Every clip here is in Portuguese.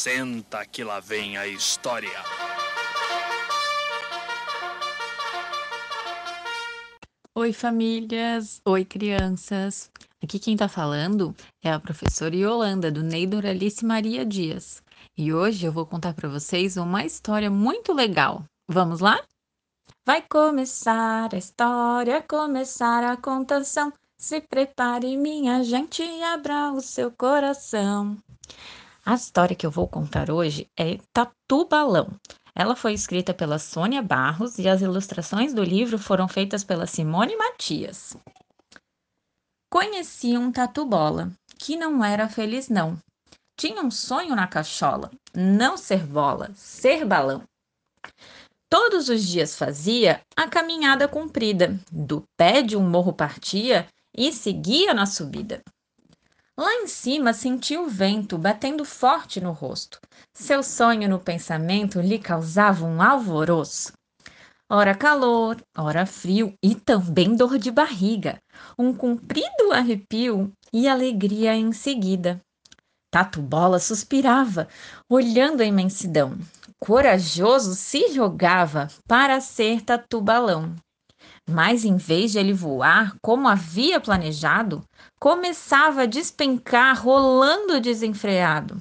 Senta que lá vem a história. Oi, famílias! Oi, crianças! Aqui quem tá falando é a professora Yolanda, do Ney Doralice Maria Dias. E hoje eu vou contar para vocês uma história muito legal. Vamos lá? Vai começar a história, começar a contação. Se prepare, minha gente, e abra o seu coração. A história que eu vou contar hoje é Tatu Balão. Ela foi escrita pela Sônia Barros e as ilustrações do livro foram feitas pela Simone Matias. Conheci um tatu-bola, que não era feliz não. Tinha um sonho na cachola, não ser bola, ser balão. Todos os dias fazia a caminhada comprida, do pé de um morro partia e seguia na subida. Lá em cima sentia o vento batendo forte no rosto. Seu sonho no pensamento lhe causava um alvoroço. Ora calor, ora frio e também dor de barriga. Um comprido arrepio e alegria em seguida. Tatu Bola suspirava, olhando a imensidão. Corajoso se jogava para ser Tatu Balão. Mas em vez de ele voar como havia planejado, começava a despencar, rolando desenfreado.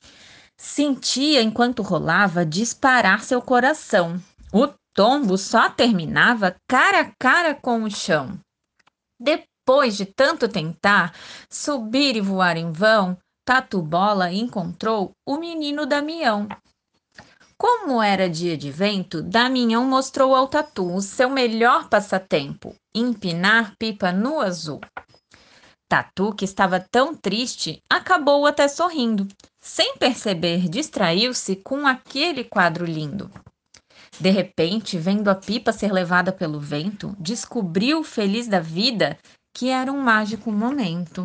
Sentia, enquanto rolava, disparar seu coração. O tombo só terminava cara a cara com o chão. Depois de tanto tentar subir e voar em vão, Tatu Bola encontrou o menino Damião. Como era dia de vento, Damião mostrou ao Tatu o seu melhor passatempo: empinar pipa no azul. Tatu, que estava tão triste, acabou até sorrindo. Sem perceber, distraiu-se com aquele quadro lindo. De repente, vendo a pipa ser levada pelo vento, descobriu, feliz da vida, que era um mágico momento.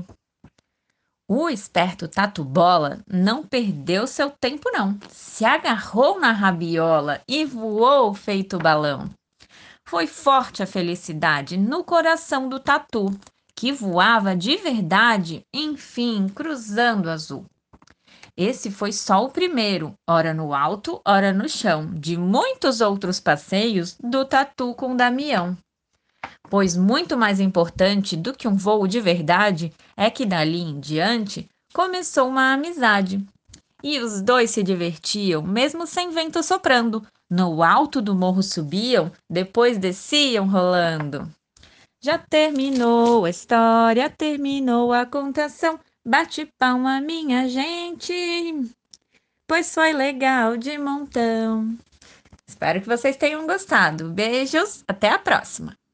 O esperto Tatu Bola não perdeu seu tempo não. Se agarrou na rabiola e voou feito balão. Foi forte a felicidade no coração do Tatu, que voava de verdade, enfim, cruzando o azul. Esse foi só o primeiro, ora no alto, ora no chão, de muitos outros passeios do Tatu com Damião. Pois muito mais importante do que um voo de verdade é que dali em diante começou uma amizade. E os dois se divertiam, mesmo sem vento soprando. No alto do morro subiam, depois desciam rolando. Já terminou a história, terminou a contação. Bate palma, minha gente, pois foi legal de montão. Espero que vocês tenham gostado. Beijos, até a próxima!